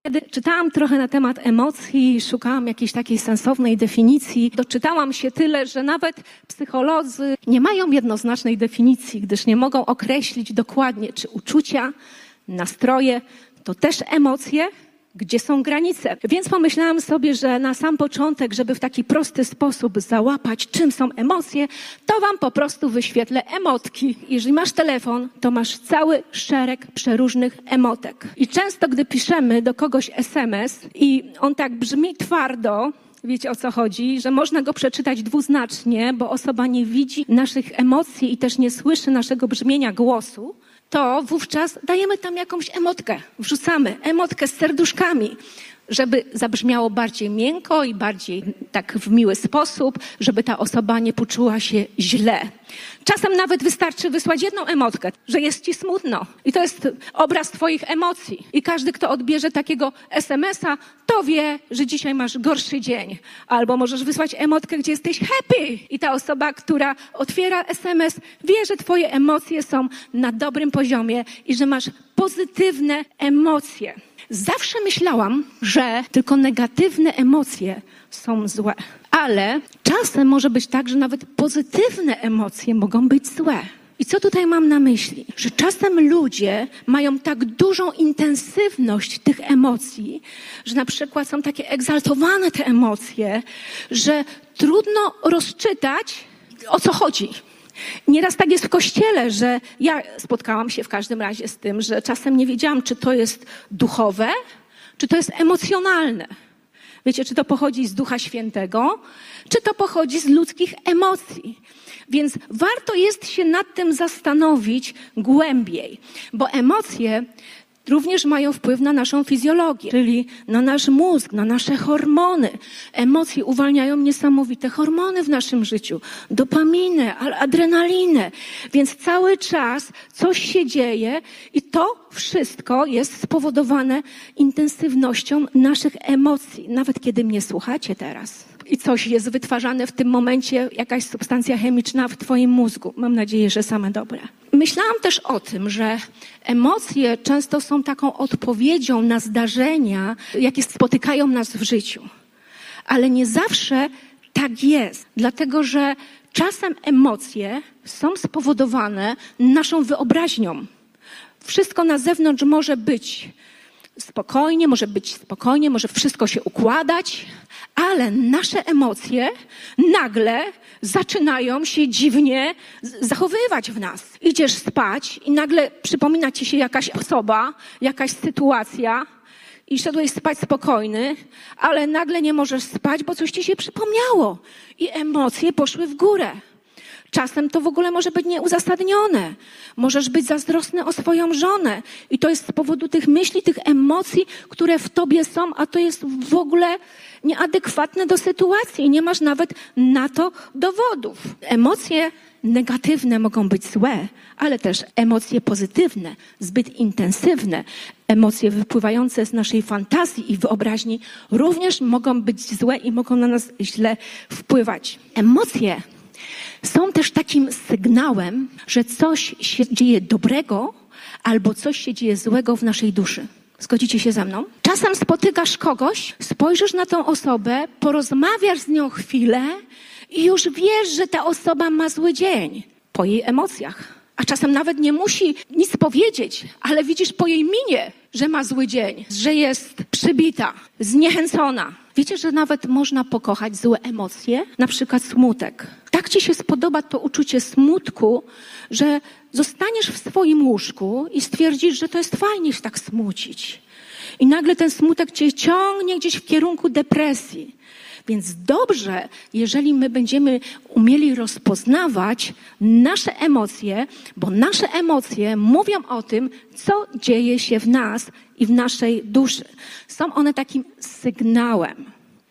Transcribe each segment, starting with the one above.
Kiedy czytałam trochę na temat emocji, szukałam jakiejś takiej sensownej definicji, doczytałam się tyle, że nawet psycholodzy nie mają jednoznacznej definicji, gdyż nie mogą określić dokładnie, czy uczucia, nastroje to też emocje, gdzie są granice. Więc pomyślałam sobie, że na sam początek, żeby w taki prosty sposób załapać, czym są emocje, to wam po prostu wyświetlę emotki. Jeżeli masz telefon, to masz cały szereg przeróżnych emotek. I często, gdy piszemy do kogoś SMS i on tak brzmi twardo, wiecie o co chodzi, że można go przeczytać dwuznacznie, bo osoba nie widzi naszych emocji i też nie słyszy naszego brzmienia głosu, to wówczas dajemy tam jakąś emotkę, wrzucamy emotkę z serduszkami, żeby zabrzmiało bardziej miękko i bardziej tak w miły sposób, żeby ta osoba nie poczuła się źle. Czasem nawet wystarczy wysłać jedną emotkę, że jest ci smutno. I to jest obraz twoich emocji. I każdy, kto odbierze takiego SMS-a, to wie, że dzisiaj masz gorszy dzień. Albo możesz wysłać emotkę, gdzie jesteś happy. I ta osoba, która otwiera SMS, wie, że twoje emocje są na dobrym poziomie i że masz pozytywne emocje. Zawsze myślałam, że tylko negatywne emocje są złe. Ale czasem może być tak, że nawet pozytywne emocje mogą być złe. I co tutaj mam na myśli? Że czasem ludzie mają tak dużą intensywność tych emocji, że na przykład są takie egzaltowane te emocje, że trudno rozczytać, o co chodzi. Nieraz tak jest w kościele, że ja spotkałam się w każdym razie z tym, że czasem nie wiedziałam, czy to jest duchowe, czy to jest emocjonalne. Wiecie, czy to pochodzi z Ducha Świętego, czy to pochodzi z ludzkich emocji. Więc warto jest się nad tym zastanowić głębiej, bo emocje również mają wpływ na naszą fizjologię, czyli na nasz mózg, na nasze hormony. Emocje uwalniają niesamowite hormony w naszym życiu. Dopaminę, adrenalinę. Więc cały czas coś się dzieje i to wszystko jest spowodowane intensywnością naszych emocji. Nawet kiedy mnie słuchacie teraz. I coś jest wytwarzane w tym momencie, jakaś substancja chemiczna w twoim mózgu. Mam nadzieję, że same dobre. Myślałam też o tym, że emocje często są taką odpowiedzią na zdarzenia, jakie spotykają nas w życiu. Ale nie zawsze tak jest, dlatego że czasem emocje są spowodowane naszą wyobraźnią. Wszystko na zewnątrz może być spokojnie, może wszystko się układać, ale nasze emocje nagle zaczynają się dziwnie zachowywać w nas. Idziesz spać i nagle przypomina ci się jakaś osoba, jakaś sytuacja i szedłeś spać spokojny, ale nagle nie możesz spać, bo coś ci się przypomniało i emocje poszły w górę. Czasem to w ogóle może być nieuzasadnione. Możesz być zazdrosny o swoją żonę i to jest z powodu tych myśli, tych emocji, które w tobie są, a to jest w ogóle nieadekwatne do sytuacji i nie masz nawet na to dowodów. Emocje negatywne mogą być złe, ale też emocje pozytywne, zbyt intensywne, emocje wypływające z naszej fantazji i wyobraźni również mogą być złe i mogą na nas źle wpływać. Emocje są też takim sygnałem, że coś się dzieje dobrego albo coś się dzieje złego w naszej duszy. Zgodzicie się ze mną? Czasem spotykasz kogoś, spojrzysz na tą osobę, porozmawiasz z nią chwilę i już wiesz, że ta osoba ma zły dzień po jej emocjach. A czasem nawet nie musi nic powiedzieć, ale widzisz po jej minie, że ma zły dzień, że jest przybita, zniechęcona. Wiecie, że nawet można pokochać złe emocje? Na przykład smutek. Tak ci się spodoba to uczucie smutku, że zostaniesz w swoim łóżku i stwierdzisz, że to jest fajnie się tak smucić. I nagle ten smutek cię ciągnie gdzieś w kierunku depresji. Więc dobrze, jeżeli my będziemy umieli rozpoznawać nasze emocje, bo nasze emocje mówią o tym, co dzieje się w nas i w naszej duszy. Są one takim sygnałem.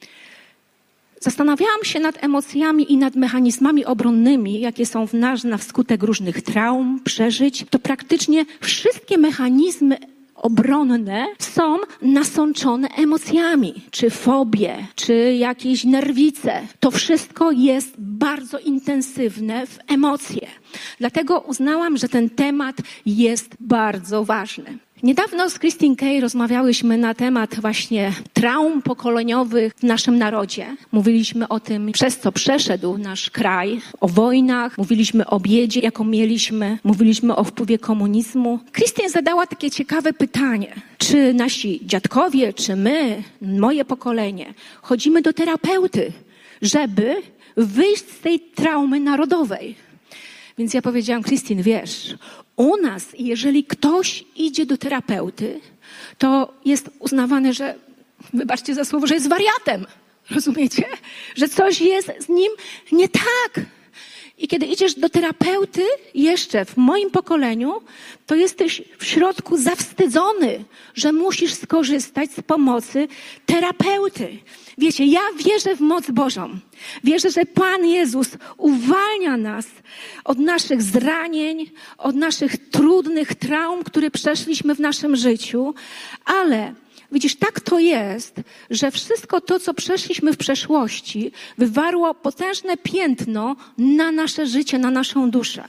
Zastanawiałam się nad emocjami i nad mechanizmami obronnymi, jakie są w nas na skutek różnych traum, przeżyć. To praktycznie wszystkie mechanizmy obronne są nasączone emocjami, czy fobie, czy jakieś nerwice. To wszystko jest bardzo intensywne w emocje. Dlatego uznałam, że ten temat jest bardzo ważny. Niedawno z Christine Kay rozmawiałyśmy na temat właśnie traum pokoleniowych w naszym narodzie. Mówiliśmy o tym, przez co przeszedł nasz kraj, o wojnach, mówiliśmy o biedzie, jaką mieliśmy, mówiliśmy o wpływie komunizmu. Christine zadała takie ciekawe pytanie. Czy nasi dziadkowie, czy my, moje pokolenie, chodzimy do terapeuty, żeby wyjść z tej traumy narodowej? Więc ja powiedziałam, Christine, wiesz, u nas, jeżeli ktoś idzie do terapeuty, to jest uznawane, że, wybaczcie za słowo, że jest wariatem. Rozumiecie? Że coś jest z nim nie tak. I kiedy idziesz do terapeuty, jeszcze w moim pokoleniu, to jesteś w środku zawstydzony, że musisz skorzystać z pomocy terapeuty. Wiecie, ja wierzę w moc Bożą. Wierzę, że Pan Jezus uwalnia nas od naszych zranień, od naszych trudnych traum, które przeszliśmy w naszym życiu, ale widzisz, tak to jest, że wszystko to, co przeszliśmy w przeszłości, wywarło potężne piętno na nasze życie, na naszą duszę.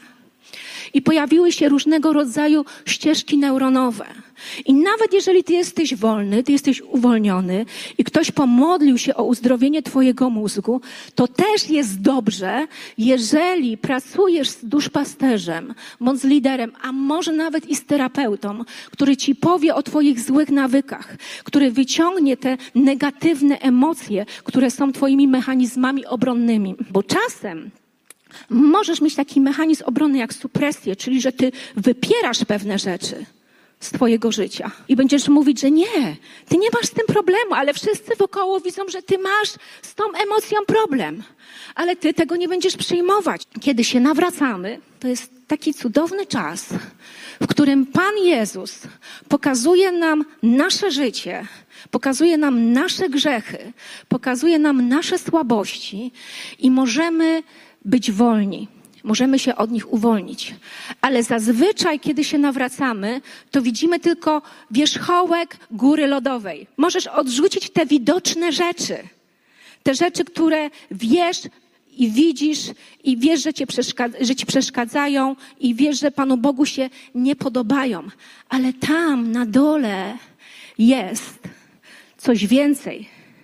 I pojawiły się różnego rodzaju ścieżki neuronowe. I nawet jeżeli ty jesteś wolny, ty jesteś uwolniony i ktoś pomodlił się o uzdrowienie twojego mózgu, to też jest dobrze, jeżeli pracujesz z duszpasterzem, bądź z liderem, a może nawet i z terapeutą, który ci powie o twoich złych nawykach, który wyciągnie te negatywne emocje, które są twoimi mechanizmami obronnymi. Bo czasem możesz mieć taki mechanizm obrony jak supresję, czyli że ty wypierasz pewne rzeczy z twojego życia i będziesz mówić, że nie, ty nie masz z tym problemu, ale wszyscy wokoło widzą, że ty masz z tą emocją problem, ale ty tego nie będziesz przyjmować. Kiedy się nawracamy, to jest taki cudowny czas, w którym Pan Jezus pokazuje nam nasze życie, pokazuje nam nasze grzechy, pokazuje nam nasze słabości i możemy być wolni. Możemy się od nich uwolnić. Ale zazwyczaj, kiedy się nawracamy, to widzimy tylko wierzchołek góry lodowej. Możesz odrzucić te widoczne rzeczy. Te rzeczy, które wiesz i wiesz, że ci przeszkadzają i wiesz, że Panu Bogu się nie podobają. Ale tam na dole jest coś więcej.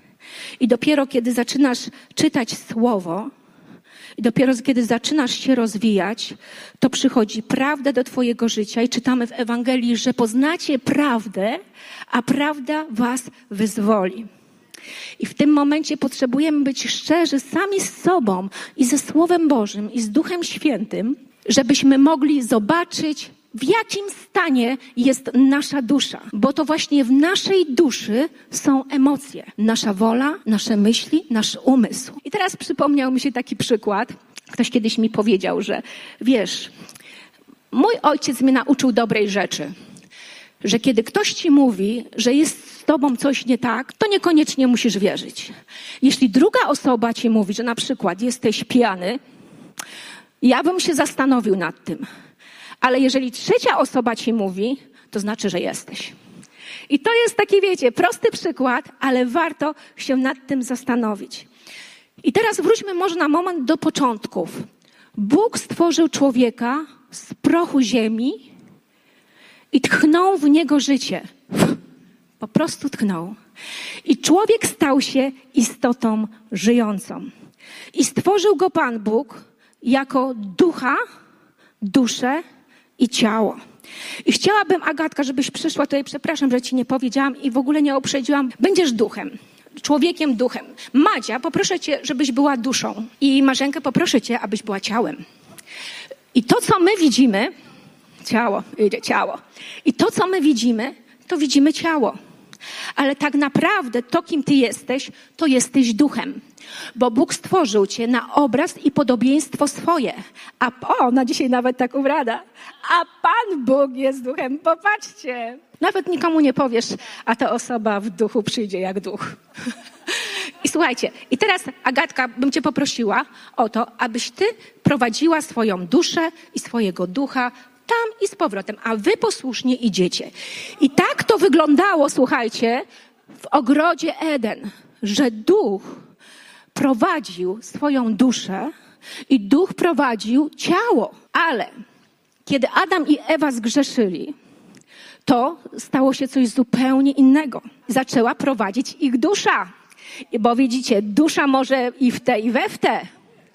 I dopiero kiedy zaczynasz czytać Słowo, i dopiero kiedy zaczynasz się rozwijać, to przychodzi prawda do twojego życia i czytamy w Ewangelii, że poznacie prawdę, a prawda was wyzwoli. I w tym momencie potrzebujemy być szczerzy sami z sobą i ze Słowem Bożym i z Duchem Świętym, żebyśmy mogli zobaczyć, w jakim stanie jest nasza dusza. Bo to właśnie w naszej duszy są emocje. Nasza wola, nasze myśli, nasz umysł. I teraz przypomniał mi się taki przykład. Ktoś kiedyś mi powiedział, że wiesz, mój ojciec mnie nauczył dobrej rzeczy. Że kiedy ktoś ci mówi, że jest z tobą coś nie tak, to niekoniecznie musisz wierzyć. Jeśli druga osoba ci mówi, że na przykład jesteś pijany, ja bym się zastanowił nad tym. Ale jeżeli trzecia osoba ci mówi, to znaczy, że jesteś. I to jest taki, wiecie, prosty przykład, ale warto się nad tym zastanowić. I teraz wróćmy może na moment do początków. Bóg stworzył człowieka z prochu ziemi i tchnął w niego życie. Po prostu tchnął. I człowiek stał się istotą żyjącą. I stworzył go Pan Bóg jako ducha, duszę i ciało. I chciałabym, Agatka, żebyś przyszła tutaj, przepraszam, że ci nie powiedziałam i w ogóle nie uprzedziłam. Będziesz duchem, człowiekiem duchem. Madzia, poproszę cię, żebyś była duszą. I Marzenkę, poproszę cię, abyś była ciałem. I to, co my widzimy, ciało. I to, co my widzimy, to widzimy ciało. Ale tak naprawdę to, kim ty jesteś, to jesteś duchem. Bo Bóg stworzył cię na obraz i podobieństwo swoje. Ona dzisiaj nawet tak ubrana. A Pan Bóg jest duchem. Popatrzcie. Nawet nikomu nie powiesz, a ta osoba w duchu przyjdzie jak duch. I słuchajcie, i teraz Agatka, bym cię poprosiła o to, abyś ty prowadziła swoją duszę i swojego ducha tam i z powrotem, a wy posłusznie idziecie. I tak to wyglądało, słuchajcie, w ogrodzie Eden, że duch prowadził swoją duszę i duch prowadził ciało. Ale kiedy Adam i Ewa zgrzeszyli, to stało się coś zupełnie innego. Zaczęła prowadzić ich dusza. Bo widzicie, dusza może i w te, i we w te.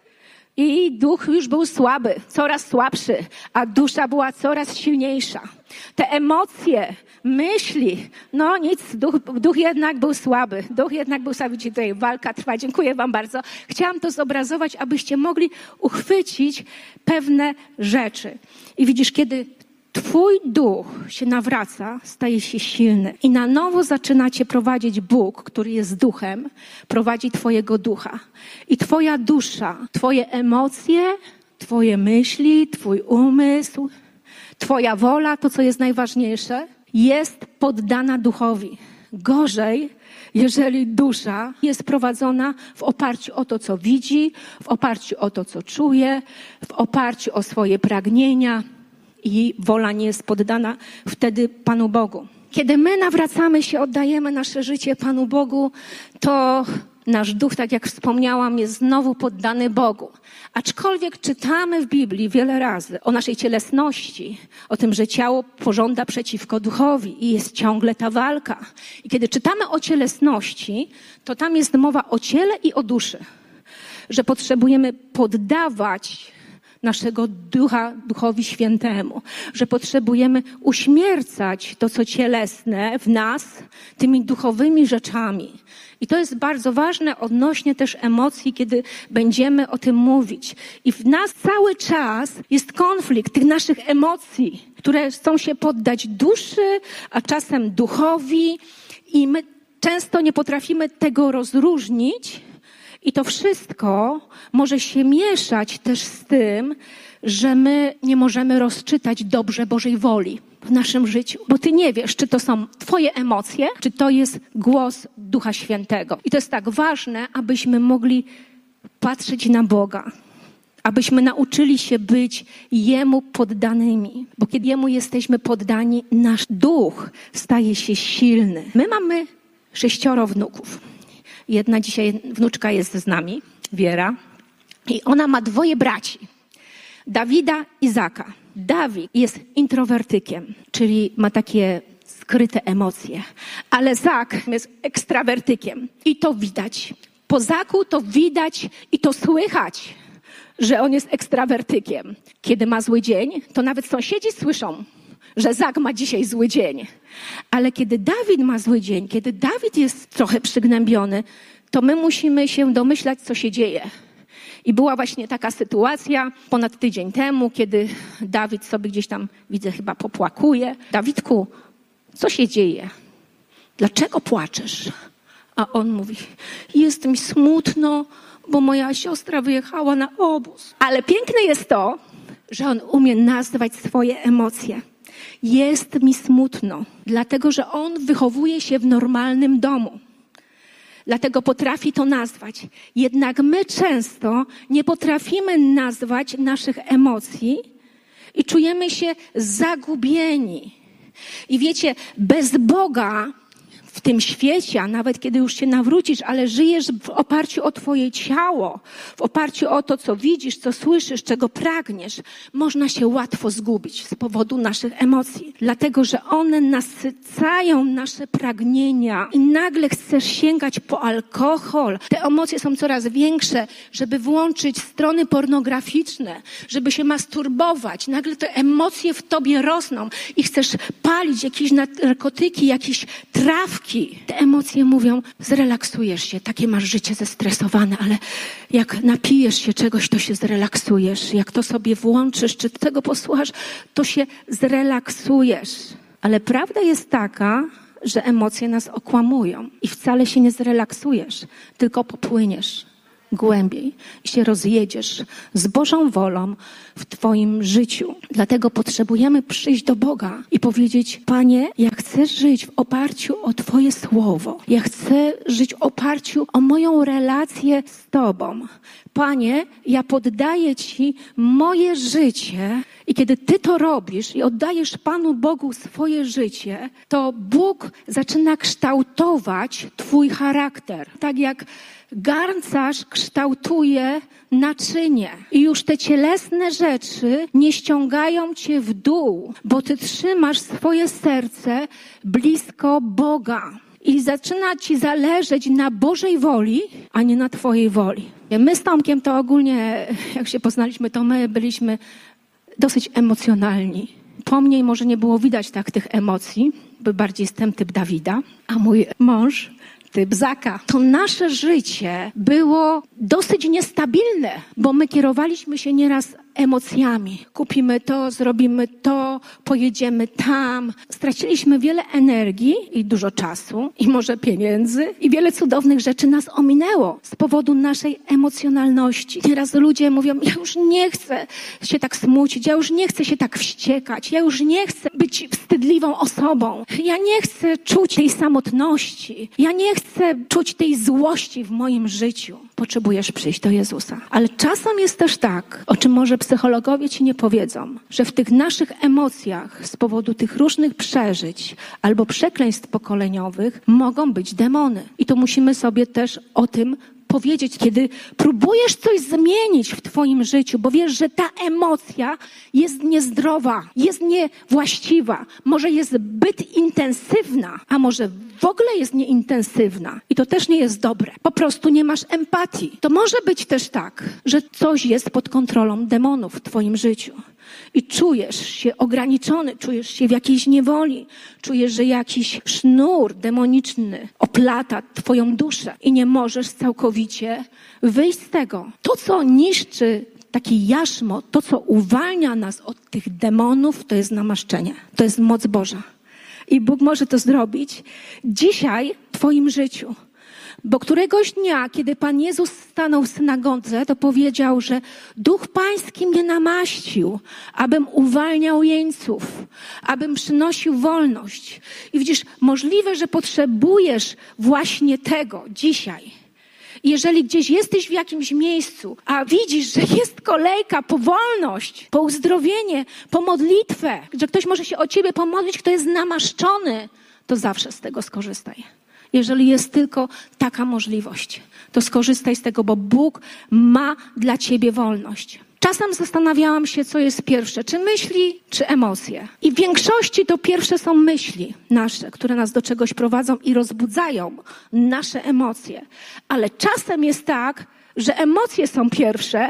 I duch już był słaby, coraz słabszy, a dusza była coraz silniejsza. Te emocje, myśli, no nic, duch jednak był słaby. Duch jednak był słaby. Widzicie, tutaj walka trwa. Dziękuję wam bardzo. Chciałam to zobrazować, abyście mogli uchwycić pewne rzeczy. I widzisz, kiedy twój duch się nawraca, staje się silny i na nowo zaczyna cię prowadzić Bóg, który jest duchem, prowadzi twojego ducha. I twoja dusza, twoje emocje, twoje myśli, twój umysł, twoja wola, to co jest najważniejsze, jest poddana duchowi. Gorzej, jeżeli dusza jest prowadzona w oparciu o to, co widzi, w oparciu o to, co czuje, w oparciu o swoje pragnienia, i wola nie jest poddana wtedy Panu Bogu. Kiedy my nawracamy się, oddajemy nasze życie Panu Bogu, to nasz duch, tak jak wspomniałam, jest znowu poddany Bogu. Aczkolwiek czytamy w Biblii wiele razy o naszej cielesności, o tym, że ciało pożąda przeciwko duchowi i jest ciągle ta walka. I kiedy czytamy o cielesności, to tam jest mowa o ciele i o duszy. Że potrzebujemy poddawać naszego ducha Duchowi Świętemu, że potrzebujemy uśmiercać to, co cielesne w nas, tymi duchowymi rzeczami. I to jest bardzo ważne odnośnie też emocji, kiedy będziemy o tym mówić. I w nas cały czas jest konflikt tych naszych emocji, które chcą się poddać duszy, a czasem duchowi. I my często nie potrafimy tego rozróżnić. I to wszystko może się mieszać też z tym, że my nie możemy rozczytać dobrze Bożej woli w naszym życiu. Bo ty nie wiesz, czy to są twoje emocje, czy to jest głos Ducha Świętego. I to jest tak ważne, abyśmy mogli patrzeć na Boga. Abyśmy nauczyli się być Jemu poddanymi. Bo kiedy Jemu jesteśmy poddani, nasz duch staje się silny. My mamy 6 wnuków. Jedna dzisiaj wnuczka jest z nami, Wiera, i ona ma 2 braci, Dawida i Zaka. Dawid jest introwertykiem, czyli ma takie skryte emocje, ale Zak jest ekstrawertykiem i to widać. Po Zaku to widać i to słychać, że on jest ekstrawertykiem. Kiedy ma zły dzień, to nawet sąsiedzi słyszą, że Zak ma dzisiaj zły dzień. Ale kiedy Dawid ma zły dzień, kiedy Dawid jest trochę przygnębiony, to my musimy się domyślać, co się dzieje. I była właśnie taka sytuacja ponad tydzień temu, kiedy Dawid sobie gdzieś tam, widzę, chyba popłakuje. Dawidku, co się dzieje? Dlaczego płaczesz? A on mówi, jest mi smutno, bo moja siostra wyjechała na obóz. Ale piękne jest to, że on umie nazwać swoje emocje. Jest mi smutno, dlatego że on wychowuje się w normalnym domu. Dlatego potrafi to nazwać. Jednak my często nie potrafimy nazwać naszych emocji i czujemy się zagubieni. I wiecie, bez Boga w tym świecie, a nawet kiedy już się nawrócisz, ale żyjesz w oparciu o twoje ciało, w oparciu o to, co widzisz, co słyszysz, czego pragniesz, można się łatwo zgubić z powodu naszych emocji. Dlatego, że one nasycają nasze pragnienia i nagle chcesz sięgać po alkohol. Te emocje są coraz większe, żeby włączyć strony pornograficzne, żeby się masturbować. Nagle te emocje w tobie rosną i chcesz palić jakieś narkotyki, jakieś trawki. Te emocje mówią, zrelaksujesz się, takie masz życie zestresowane, ale jak napijesz się czegoś, to się zrelaksujesz. Jak to sobie włączysz, czy tego posłuchasz, to się zrelaksujesz. Ale prawda jest taka, że emocje nas okłamują i wcale się nie zrelaksujesz, tylko popłyniesz głębiej i się rozjedziesz z Bożą wolą w twoim życiu. Dlatego potrzebujemy przyjść do Boga i powiedzieć, Panie, ja chcę żyć w oparciu o Twoje słowo. Ja chcę żyć w oparciu o moją relację z Tobą. Panie, ja poddaję Ci moje życie i kiedy Ty to robisz i oddajesz Panu Bogu swoje życie, to Bóg zaczyna kształtować Twój charakter. Tak jak Garncarz kształtuje naczynie i już te cielesne rzeczy nie ściągają cię w dół, bo ty trzymasz swoje serce blisko Boga. I zaczyna ci zależeć na Bożej woli, a nie na twojej woli. My z Tomkiem to ogólnie, jak się poznaliśmy, to my byliśmy dosyć emocjonalni. Po mnie może nie było widać tak tych emocji, bo bardziej jestem typ Dawida, a mój mąż typ Zaka. To nasze życie było dosyć niestabilne, bo my kierowaliśmy się nieraz emocjami. Kupimy to, zrobimy to, pojedziemy tam. Straciliśmy wiele energii i dużo czasu i może pieniędzy i wiele cudownych rzeczy nas ominęło z powodu naszej emocjonalności. Nieraz ludzie mówią, ja już nie chcę się tak smucić, ja już nie chcę się tak wściekać, ja już nie chcę być wstydliwą osobą, ja nie chcę czuć tej samotności, ja nie chcę czuć tej złości w moim życiu. Potrzebujesz przyjść do Jezusa. Ale czasem jest też tak, o czym może psychologowie ci nie powiedzą, że w tych naszych emocjach z powodu tych różnych przeżyć albo przekleństw pokoleniowych mogą być demony. I to musimy sobie też o tym powiedzieć, kiedy próbujesz coś zmienić w twoim życiu, bo wiesz, że ta emocja jest niezdrowa, jest niewłaściwa, może jest zbyt intensywna, a może w ogóle jest nieintensywna i to też nie jest dobre. Po prostu nie masz empatii. To może być też tak, że coś jest pod kontrolą demonów w twoim życiu. I czujesz się ograniczony, czujesz się w jakiejś niewoli, czujesz, że jakiś sznur demoniczny oplata twoją duszę i nie możesz całkowicie wyjść z tego. To, co niszczy taki jarzmo, to, co uwalnia nas od tych demonów, to jest namaszczenie. To jest moc Boża. I Bóg może to zrobić dzisiaj w twoim życiu. Bo któregoś dnia, kiedy Pan Jezus stanął w synagodze, to powiedział, że Duch Pański mnie namaścił, abym uwalniał jeńców, abym przynosił wolność. I widzisz, możliwe, że potrzebujesz właśnie tego dzisiaj. Jeżeli gdzieś jesteś w jakimś miejscu, a widzisz, że jest kolejka po wolność, po uzdrowienie, po modlitwę, że ktoś może się o ciebie pomodlić, kto jest namaszczony, to zawsze z tego skorzystaj. Jeżeli jest tylko taka możliwość, to skorzystaj z tego, bo Bóg ma dla ciebie wolność. Czasem zastanawiałam się, co jest pierwsze, czy myśli, czy emocje. I w większości to pierwsze są myśli nasze, które nas do czegoś prowadzą i rozbudzają nasze emocje. Ale czasem jest tak, że emocje są pierwsze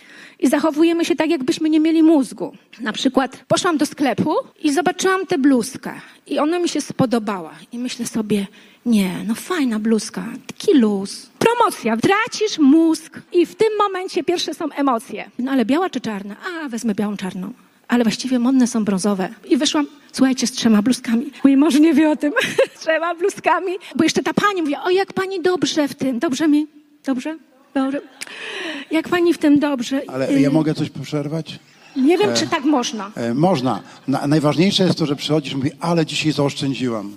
i zachowujemy się tak, jakbyśmy nie mieli mózgu. Na przykład poszłam do sklepu i zobaczyłam tę bluzkę i ona mi się spodobała. I myślę sobie, nie, no fajna bluzka, taki luz. Promocja, tracisz mózg i w tym momencie pierwsze są emocje. No ale biała czy czarna? A, wezmę białą, czarną. Ale właściwie modne są brązowe. I wyszłam, słuchajcie, z 3 bluzkami. Mój mąż nie wie o tym. 3 bluzkami. Bo jeszcze ta pani mówi, o jak pani dobrze w tym. Dobrze mi? Dobrze? Dobrze. Jak pani w tym dobrze. Ale ja mogę coś przerwać? Nie wiem, czy tak można. Można. Najważniejsze jest to, że przychodzisz i mówisz, ale dzisiaj zaoszczędziłam.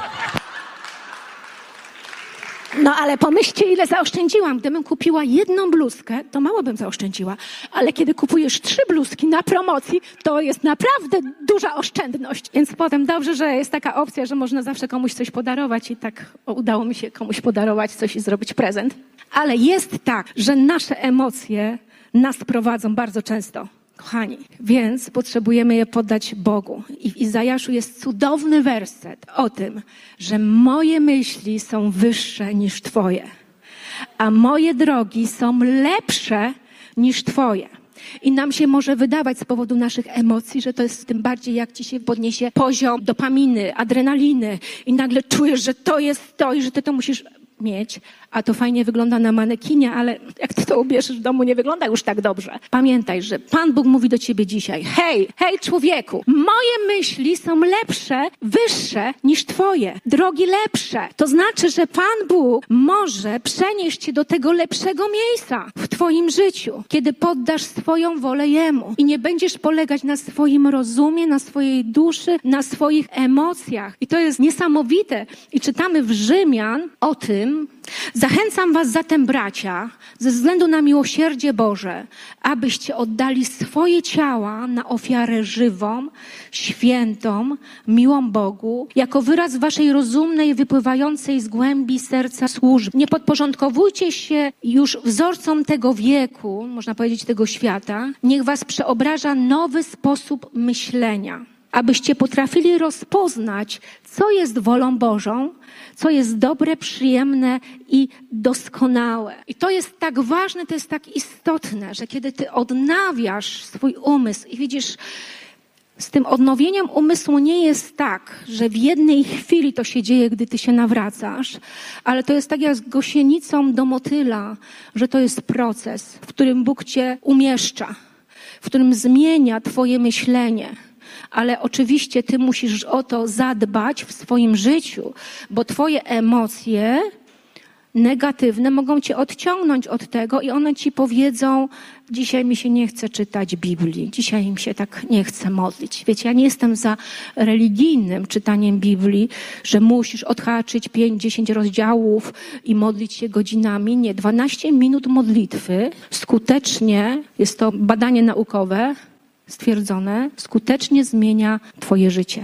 No ale pomyślcie, ile zaoszczędziłam. Gdybym kupiła 1 bluzkę, to mało bym zaoszczędziła. Ale kiedy kupujesz 3 bluzki na promocji, to jest naprawdę duża oszczędność. Więc potem dobrze, że jest taka opcja, że można zawsze komuś coś podarować i tak udało mi się komuś podarować coś i zrobić prezent. Ale jest tak, że nasze emocje nas prowadzą bardzo często. Kochani, więc potrzebujemy je poddać Bogu. I w Izajaszu jest cudowny werset o tym, że moje myśli są wyższe niż twoje, a moje drogi są lepsze niż twoje. I nam się może wydawać z powodu naszych emocji, że to jest tym bardziej, jak ci się podniesie poziom dopaminy, adrenaliny i nagle czujesz, że to jest to i że ty to musisz mieć, a to fajnie wygląda na manekinie, ale jak ty to ubierzesz w domu, nie wygląda już tak dobrze. Pamiętaj, że Pan Bóg mówi do ciebie dzisiaj, hej człowieku, moje myśli są lepsze, wyższe niż twoje, drogi lepsze. To znaczy, że Pan Bóg może przenieść cię do tego lepszego miejsca w twoim życiu, kiedy poddasz swoją wolę Jemu i nie będziesz polegać na swoim rozumie, na swojej duszy, na swoich emocjach. I to jest niesamowite. I czytamy w Rzymian o tym, Zachęcam was zatem, bracia, ze względu na miłosierdzie Boże, abyście oddali swoje ciała na ofiarę żywą, świętą, miłą Bogu, jako wyraz waszej rozumnej, wypływającej z głębi serca służby. Nie podporządkowujcie się już wzorcom tego wieku, można powiedzieć tego świata. Niech was przeobraża nowy sposób myślenia, abyście potrafili rozpoznać, co jest wolą Bożą, co jest dobre, przyjemne i doskonałe. I to jest tak ważne, to jest tak istotne, że kiedy ty odnawiasz swój umysł i widzisz, z tym odnowieniem umysłu nie jest tak, że w jednej chwili to się dzieje, gdy ty się nawracasz, ale to jest tak jak z gosienicą do motyla, że to jest proces, w którym Bóg cię umieszcza, w którym zmienia twoje myślenie. Ale oczywiście ty musisz o to zadbać w swoim życiu, bo twoje emocje negatywne mogą cię odciągnąć od tego i one ci powiedzą: dzisiaj mi się nie chce czytać Biblii, dzisiaj mi się tak nie chce modlić. Wiecie, ja nie jestem za religijnym czytaniem Biblii, że musisz odhaczyć 5-10 rozdziałów i modlić się godzinami. Nie, 12 minut modlitwy skutecznie, jest to badanie naukowe, stwierdzone, skutecznie zmienia twoje życie.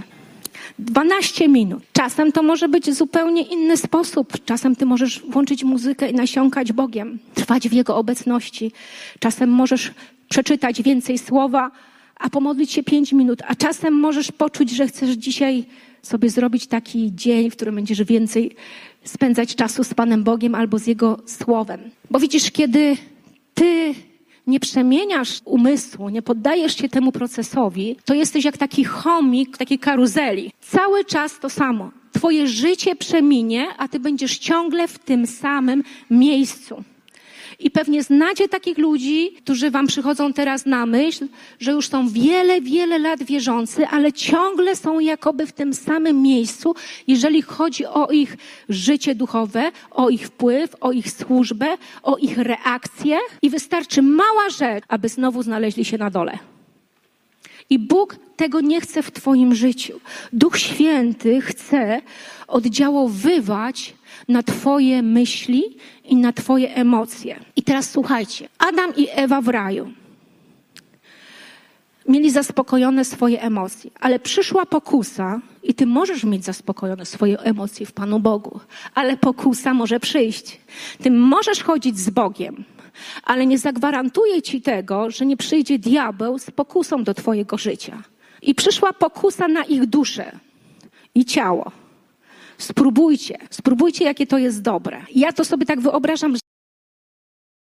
12 minut. Czasem to może być zupełnie inny sposób. Czasem ty możesz włączyć muzykę i nasiąkać Bogiem, trwać w Jego obecności. Czasem możesz przeczytać więcej słowa, a pomodlić się 5 minut. A czasem możesz poczuć, że chcesz dzisiaj sobie zrobić taki dzień, w którym będziesz więcej spędzać czasu z Panem Bogiem albo z Jego Słowem. Bo widzisz, kiedy ty nie przemieniasz umysłu, nie poddajesz się temu procesowi, to jesteś jak taki chomik, takiej karuzeli. Cały czas to samo. Twoje życie przeminie, a ty będziesz ciągle w tym samym miejscu. I pewnie znacie takich ludzi, którzy wam przychodzą teraz na myśl, że już są wiele, wiele lat wierzący, ale ciągle są jakoby w tym samym miejscu, jeżeli chodzi o ich życie duchowe, o ich wpływ, o ich służbę, o ich reakcje. I wystarczy mała rzecz, aby znowu znaleźli się na dole. I Bóg tego nie chce w twoim życiu. Duch Święty chce oddziaływać na twoje myśli i na twoje emocje. I teraz słuchajcie. Adam i Ewa w raju mieli zaspokojone swoje emocje, ale przyszła pokusa i ty możesz mieć zaspokojone swoje emocje w Panu Bogu, ale pokusa może przyjść. Ty możesz chodzić z Bogiem, ale nie zagwarantuję ci tego, że nie przyjdzie diabeł z pokusą do twojego życia. I przyszła pokusa na ich duszę i ciało. Spróbujcie, jakie to jest dobre. Ja to sobie tak wyobrażam,